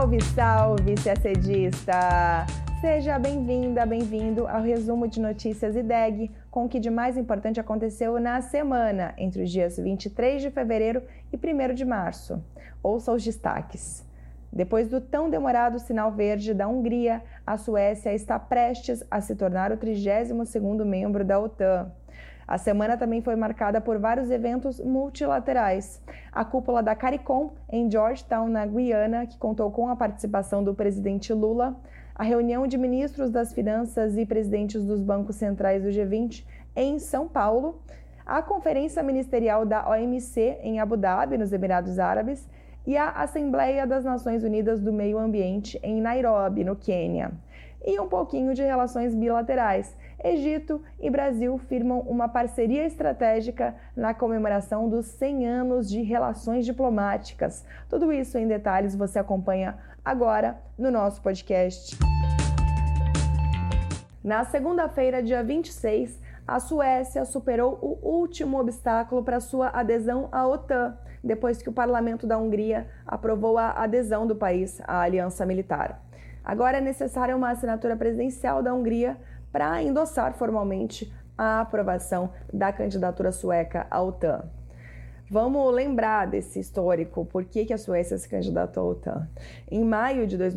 Salve, salve, CACDista! Seja bem-vinda, bem-vindo ao resumo de notícias IDEG com o que de mais importante aconteceu na semana, entre os dias 23 de fevereiro e 1º de março. Ouça os destaques. Depois do tão demorado sinal verde da Hungria, a Suécia está prestes a se tornar o 32º membro da OTAN. A semana também foi marcada por vários eventos multilaterais. A cúpula da CARICOM, em Georgetown, na Guiana, que contou com a participação do presidente Lula, a reunião de ministros das Finanças e presidentes dos bancos centrais do G20 em São Paulo, a conferência ministerial da OMC em Abu Dhabi, nos Emirados Árabes, e a Assembleia das Nações Unidas do Meio Ambiente em Nairobi, no Quênia. E um pouquinho de relações bilaterais. Egito e Brasil firmam uma parceria estratégica na comemoração dos 100 anos de relações diplomáticas. Tudo isso em detalhes você acompanha agora no nosso podcast. Na segunda-feira, dia 26, a Suécia superou o último obstáculo para sua adesão à OTAN, depois que o parlamento da Hungria aprovou a adesão do país à aliança militar. Agora é necessária uma assinatura presidencial da Hungria para endossar formalmente a aprovação da candidatura sueca à OTAN. Vamos lembrar desse histórico, por que a Suécia se candidatou à OTAN. Em maio de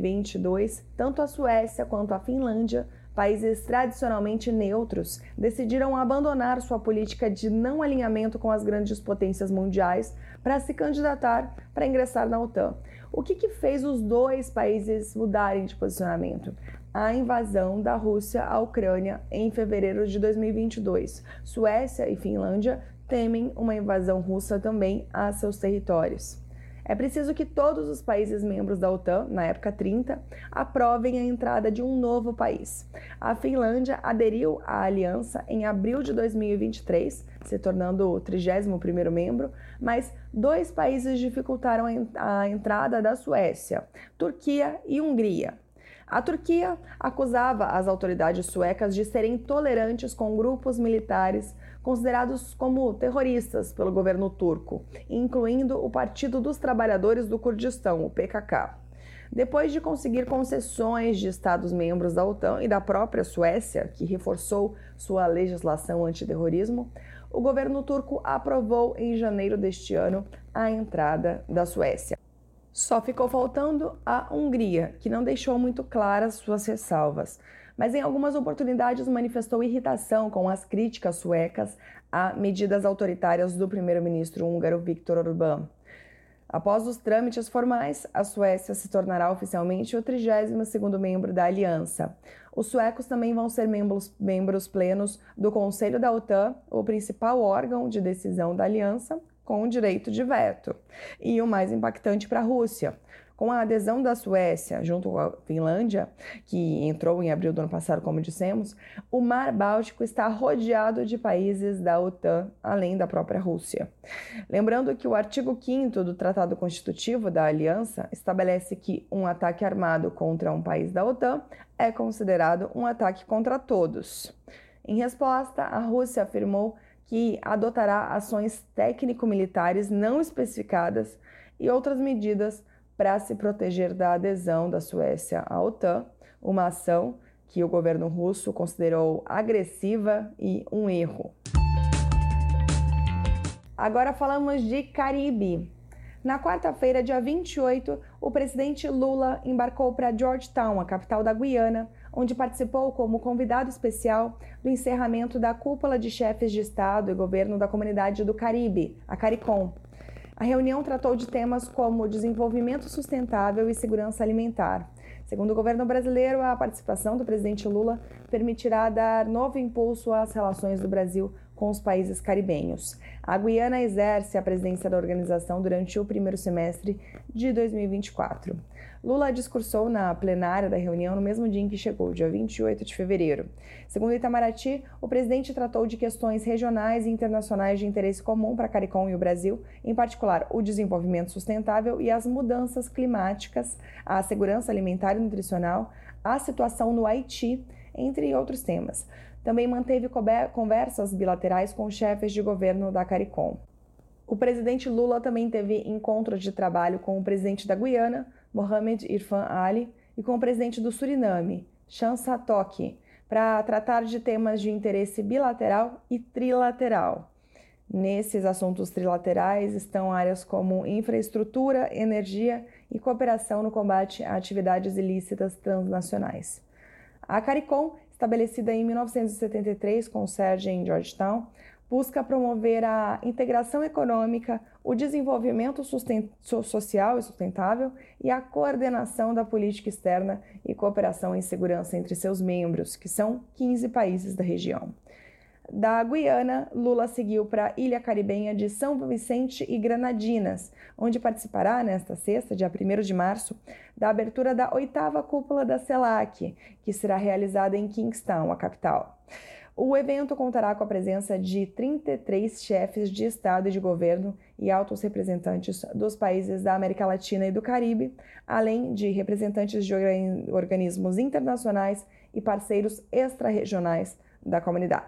2022, tanto a Suécia quanto a Finlândia, países tradicionalmente neutros, decidiram abandonar sua política de não alinhamento com as grandes potências mundiais para se candidatar para ingressar na OTAN. O que fez os dois países mudarem de posicionamento? A invasão da Rússia à Ucrânia em fevereiro de 2022. Suécia e Finlândia temem uma invasão russa também a seus territórios. É preciso que todos os países membros da OTAN, na época 30, aprovem a entrada de um novo país. A Finlândia aderiu à aliança em abril de 2023, se tornando o 31º membro, mas dois países dificultaram a entrada da Suécia, Turquia e Hungria. A Turquia acusava as autoridades suecas de serem tolerantes com grupos militares considerados como terroristas pelo governo turco, incluindo o Partido dos Trabalhadores do Kurdistão, o PKK. Depois de conseguir concessões de Estados-membros da OTAN e da própria Suécia, que reforçou sua legislação antiterrorismo, o governo turco aprovou em janeiro deste ano a entrada da Suécia. Só ficou faltando a Hungria, que não deixou muito claras suas ressalvas, mas em algumas oportunidades manifestou irritação com as críticas suecas a medidas autoritárias do primeiro-ministro húngaro Viktor Orbán. Após os trâmites formais, a Suécia se tornará oficialmente o 32º membro da aliança. Os suecos também vão ser membros plenos do Conselho da OTAN, o principal órgão de decisão da aliança, com o direito de veto. E o mais impactante para a Rússia. Com a adesão da Suécia, junto com a Finlândia, que entrou em abril do ano passado, como dissemos, o Mar Báltico está rodeado de países da OTAN, além da própria Rússia. Lembrando que o artigo 5º do Tratado Constitutivo da Aliança estabelece que um ataque armado contra um país da OTAN é considerado um ataque contra todos. Em resposta, a Rússia afirmou que adotará ações técnico-militares não especificadas e outras medidas para se proteger da adesão da Suécia à OTAN, uma ação que o governo russo considerou agressiva e um erro. Agora falamos de Caribe. Na quarta-feira, dia 28, o presidente Lula embarcou para Georgetown, a capital da Guiana, onde participou como convidado especial do encerramento da cúpula de chefes de Estado e governo da Comunidade do Caribe, a CARICOM. A reunião tratou de temas como desenvolvimento sustentável e segurança alimentar. Segundo o governo brasileiro, a participação do presidente Lula permitirá dar novo impulso às relações do Brasil com os países caribenhos. A Guiana exerce a presidência da organização durante o primeiro semestre de 2024. Lula discursou na plenária da reunião no mesmo dia em que chegou, dia 28 de fevereiro. Segundo Itamaraty, o presidente tratou de questões regionais e internacionais de interesse comum para a CARICOM e o Brasil, em particular o desenvolvimento sustentável e as mudanças climáticas, a segurança alimentar e nutricional, a situação no Haiti, entre outros temas. Também manteve conversas bilaterais com os chefes de governo da CARICOM. O presidente Lula também teve encontros de trabalho com o presidente da Guiana, Mohamed Irfan Ali, e com o presidente do Suriname, Chan Satoki, para tratar de temas de interesse bilateral e trilateral. Nesses assuntos trilaterais estão áreas como infraestrutura, energia e cooperação no combate a atividades ilícitas transnacionais. A CARICOM, estabelecida em 1973 com sede em Georgetown, busca promover a integração econômica, o desenvolvimento social e sustentável e a coordenação da política externa e cooperação em segurança entre seus membros, que são 15 países da região. Da Guiana, Lula seguiu para a ilha caribenha de São Vicente e Granadinas, onde participará nesta sexta, dia 1º de março, da abertura da 8ª cúpula da CELAC, que será realizada em Kingstown, a capital. O evento contará com a presença de 33 chefes de Estado e de governo e altos representantes dos países da América Latina e do Caribe, além de representantes de organismos internacionais e parceiros extra-regionais da comunidade.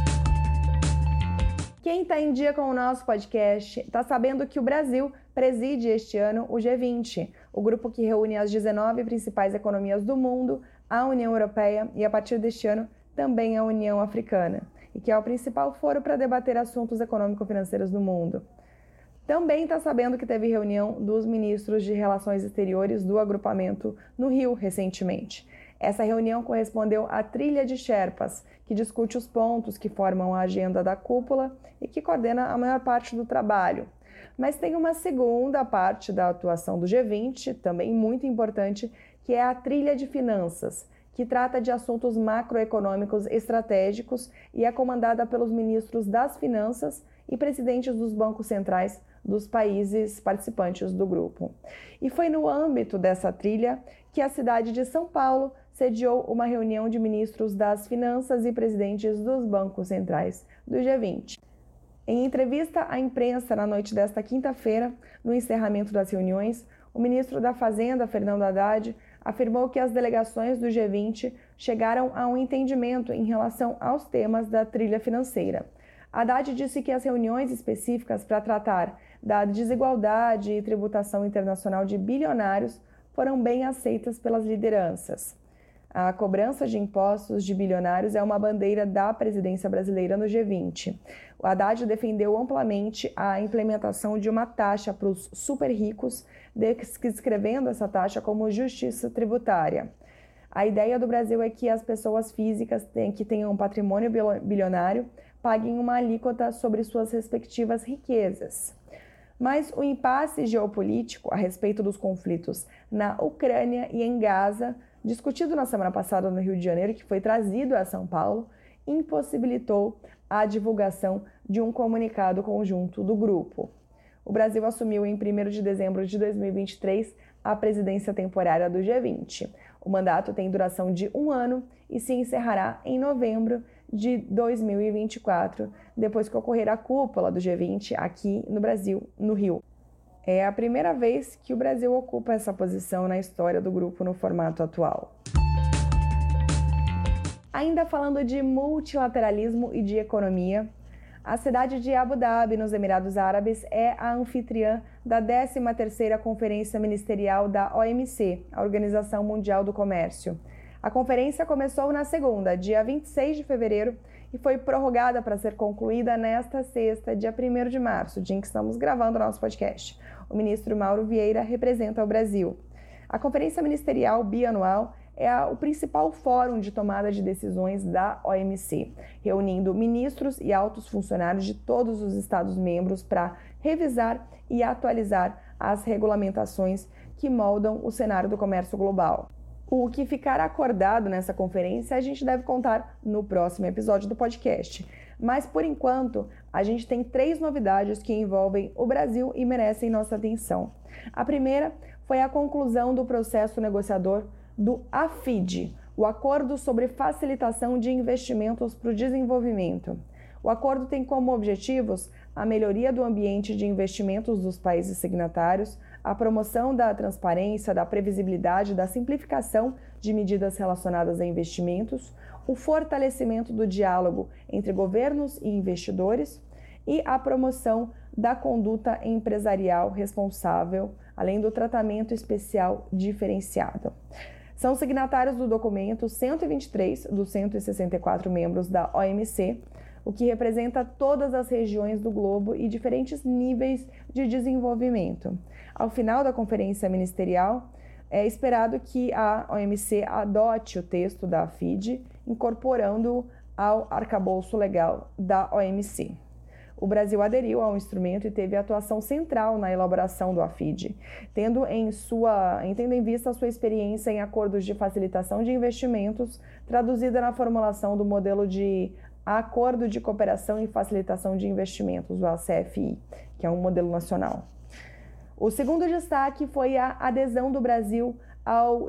Quem está em dia com o nosso podcast está sabendo que o Brasil preside este ano o G20, o grupo que reúne as 19 principais economias do mundo, a União Europeia e, a partir deste ano, também a União Africana, e que é o principal foro para debater assuntos econômico-financeiros do mundo. Também está sabendo que teve reunião dos ministros de Relações Exteriores do agrupamento no Rio recentemente. Essa reunião correspondeu à trilha de Sherpas, que discute os pontos que formam a agenda da cúpula e que coordena a maior parte do trabalho. Mas tem uma segunda parte da atuação do G20, também muito importante, que é a trilha de finanças, que trata de assuntos macroeconômicos estratégicos e é comandada pelos ministros das Finanças e presidentes dos bancos centrais dos países participantes do grupo. E foi no âmbito dessa trilha que a cidade de São Paulo sediou uma reunião de ministros das Finanças e presidentes dos bancos centrais do G20. Em entrevista à imprensa na noite desta quinta-feira, no encerramento das reuniões, o ministro da Fazenda, Fernando Haddad, afirmou que as delegações do G20 chegaram a um entendimento em relação aos temas da trilha financeira. Haddad disse que as reuniões específicas para tratar da desigualdade e tributação internacional de bilionários foram bem aceitas pelas lideranças. A cobrança de impostos de bilionários é uma bandeira da presidência brasileira no G20. O Haddad defendeu amplamente a implementação de uma taxa para os super ricos, descrevendo essa taxa como justiça tributária. A ideia do Brasil é que as pessoas físicas que tenham um patrimônio bilionário paguem uma alíquota sobre suas respectivas riquezas. Mas o impasse geopolítico a respeito dos conflitos na Ucrânia e em Gaza, discutido na semana passada no Rio de Janeiro, que foi trazido a São Paulo, impossibilitou a divulgação de um comunicado conjunto do grupo. O Brasil assumiu em 1º de dezembro de 2023 a presidência temporária do G20. O mandato tem duração de 1 ano e se encerrará em novembro de 2024, depois que ocorrer a cúpula do G20 aqui no Brasil, no Rio. É a primeira vez que o Brasil ocupa essa posição na história do grupo no formato atual. Ainda falando de multilateralismo e de economia, a cidade de Abu Dhabi, nos Emirados Árabes, é a anfitriã da 13ª Conferência Ministerial da OMC, a Organização Mundial do Comércio. A conferência começou na segunda, dia 26 de fevereiro, e foi prorrogada para ser concluída nesta sexta, dia 1º de março, dia em que estamos gravando o nosso podcast. O ministro Mauro Vieira representa o Brasil. A Conferência Ministerial Bianual é o principal fórum de tomada de decisões da OMC, reunindo ministros e altos funcionários de todos os Estados-membros para revisar e atualizar as regulamentações que moldam o cenário do comércio global. O que ficar acordado nessa conferência a gente deve contar no próximo episódio do podcast. Mas, por enquanto, a gente tem 3 novidades que envolvem o Brasil e merecem nossa atenção. A primeira foi a conclusão do processo negociador do AFID, o Acordo sobre Facilitação de Investimentos para o Desenvolvimento. O acordo tem como objetivos a melhoria do ambiente de investimentos dos países signatários, a promoção da transparência, da previsibilidade, da simplificação de medidas relacionadas a investimentos, o fortalecimento do diálogo entre governos e investidores e a promoção da conduta empresarial responsável, além do tratamento especial diferenciado. São signatários do documento 123 dos 164 membros da OMC, o que representa todas as regiões do globo e diferentes níveis de desenvolvimento. Ao final da conferência ministerial, é esperado que a OMC adote o texto da AFID, incorporando-o ao arcabouço legal da OMC. O Brasil aderiu ao instrumento e teve atuação central na elaboração do AFID, tendo em vista a sua experiência em acordos de facilitação de investimentos, traduzida na formulação do modelo de Acordo de Cooperação e Facilitação de Investimentos, o ACFI, que é um modelo nacional. O segundo destaque foi a adesão do Brasil ao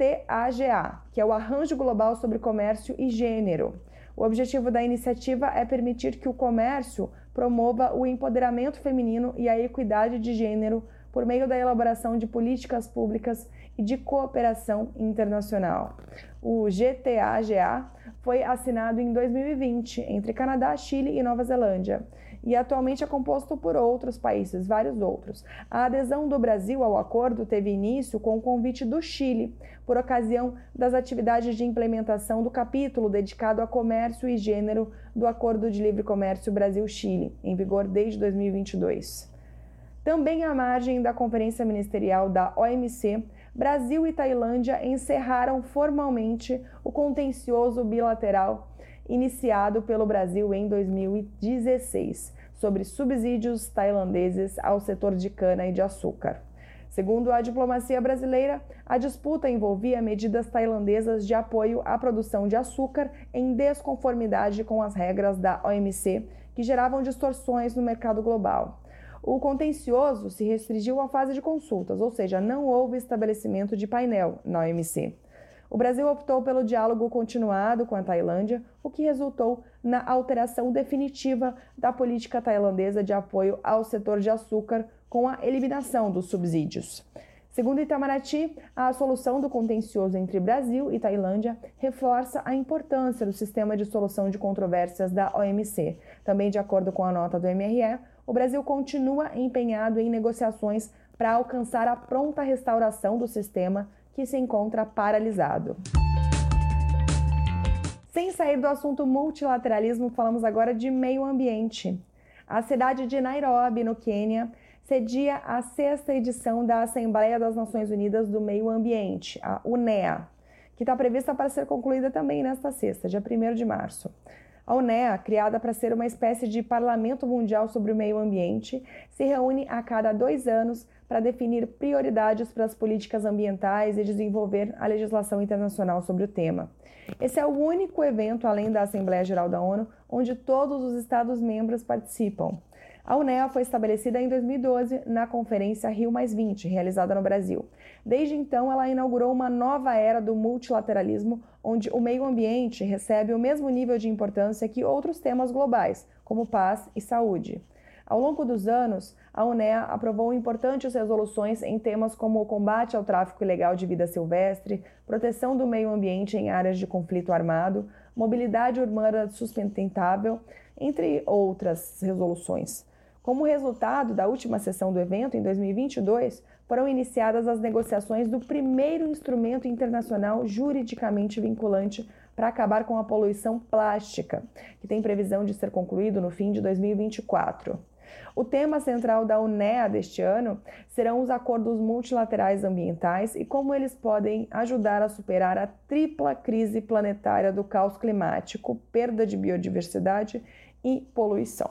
GTAGA, que é o Arranjo Global sobre Comércio e Gênero. O objetivo da iniciativa é permitir que o comércio promova o empoderamento feminino e a equidade de gênero por meio da elaboração de políticas públicas e de cooperação internacional. O GTAGA foi assinado em 2020 entre Canadá, Chile e Nova Zelândia e atualmente é composto por outros países, vários outros. A adesão do Brasil ao acordo teve início com o convite do Chile, por ocasião das atividades de implementação do capítulo dedicado a comércio e gênero do Acordo de Livre Comércio Brasil-Chile, em vigor desde 2022. Também à margem da Conferência Ministerial da OMC, Brasil e Tailândia encerraram formalmente o contencioso bilateral iniciado pelo Brasil em 2016, sobre subsídios tailandeses ao setor de cana e de açúcar. Segundo a diplomacia brasileira, a disputa envolvia medidas tailandesas de apoio à produção de açúcar em desconformidade com as regras da OMC, que geravam distorções no mercado global. O contencioso se restringiu à fase de consultas, ou seja, não houve estabelecimento de painel na OMC. O Brasil optou pelo diálogo continuado com a Tailândia, o que resultou na alteração definitiva da política tailandesa de apoio ao setor de açúcar, com a eliminação dos subsídios. Segundo Itamaraty, a solução do contencioso entre Brasil e Tailândia reforça a importância do sistema de solução de controvérsias da OMC. Também, de acordo com a nota do MRE, o Brasil continua empenhado em negociações para alcançar a pronta restauração do sistema que se encontra paralisado. Sem sair do assunto multilateralismo, falamos agora de meio ambiente. A cidade de Nairobi, no Quênia, cedia a 6ª edição da Assembleia das Nações Unidas do Meio Ambiente, a UNEA, que está prevista para ser concluída também nesta sexta, dia 1º de março. A UNEA, criada para ser uma espécie de parlamento mundial sobre o meio ambiente, se reúne a cada 2 anos para definir prioridades para as políticas ambientais e desenvolver a legislação internacional sobre o tema. Esse é o único evento, além da Assembleia Geral da ONU, onde todos os Estados-membros participam. A UNEA foi estabelecida em 2012 na Conferência Rio+20, realizada no Brasil. Desde então, ela inaugurou uma nova era do multilateralismo, onde o meio ambiente recebe o mesmo nível de importância que outros temas globais, como paz e saúde. Ao longo dos anos, a UNEA aprovou importantes resoluções em temas como o combate ao tráfico ilegal de vida silvestre, proteção do meio ambiente em áreas de conflito armado, mobilidade urbana sustentável, entre outras resoluções. Como resultado da última sessão do evento, em 2022, foram iniciadas as negociações do primeiro instrumento internacional juridicamente vinculante para acabar com a poluição plástica, que tem previsão de ser concluído no fim de 2024. O tema central da UNEA deste ano serão os acordos multilaterais ambientais e como eles podem ajudar a superar a tripla crise planetária do caos climático, perda de biodiversidade e poluição.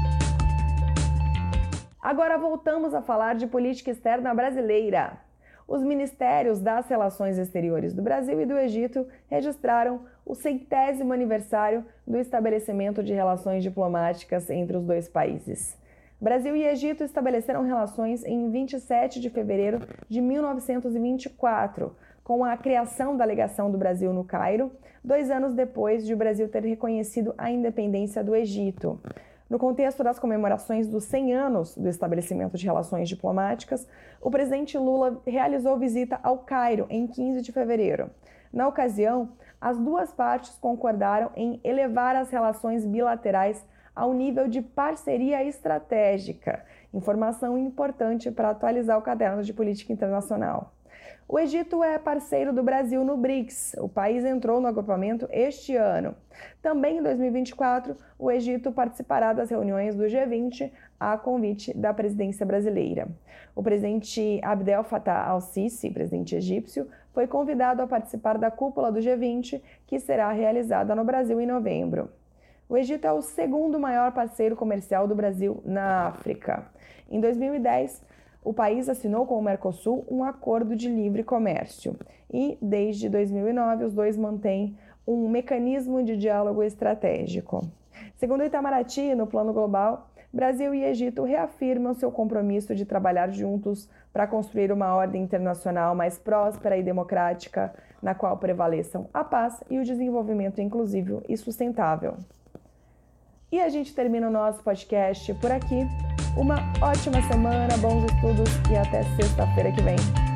Agora voltamos a falar de política externa brasileira. Os ministérios das Relações Exteriores do Brasil e do Egito registraram o 100º aniversário do estabelecimento de relações diplomáticas entre os dois países. Brasil e Egito estabeleceram relações em 27 de fevereiro de 1924, com a criação da legação do Brasil no Cairo, 2 anos depois de o Brasil ter reconhecido a independência do Egito. No contexto das comemorações dos 100 anos do estabelecimento de relações diplomáticas, o presidente Lula realizou visita ao Cairo em 15 de fevereiro. Na ocasião, as duas partes concordaram em elevar as relações bilaterais ao nível de parceria estratégica, Informação importante para atualizar o caderno de política internacional. O Egito é parceiro do Brasil no BRICS. O país entrou no agrupamento este ano. Também em 2024, o Egito participará das reuniões do G20 a convite da presidência brasileira. O presidente Abdel Fattah al-Sisi, presidente egípcio, foi convidado a participar da cúpula do G20, que será realizada no Brasil em novembro. O Egito é o segundo maior parceiro comercial do Brasil na África. Em 2010, o país assinou com o Mercosul um acordo de livre comércio e, desde 2009, os dois mantêm um mecanismo de diálogo estratégico. Segundo Itamaraty, no plano global, Brasil e Egito reafirmam seu compromisso de trabalhar juntos para construir uma ordem internacional mais próspera e democrática, na qual prevaleçam a paz e o desenvolvimento inclusivo e sustentável. E a gente termina o nosso podcast por aqui. Uma ótima semana, bons estudos e até sexta-feira que vem.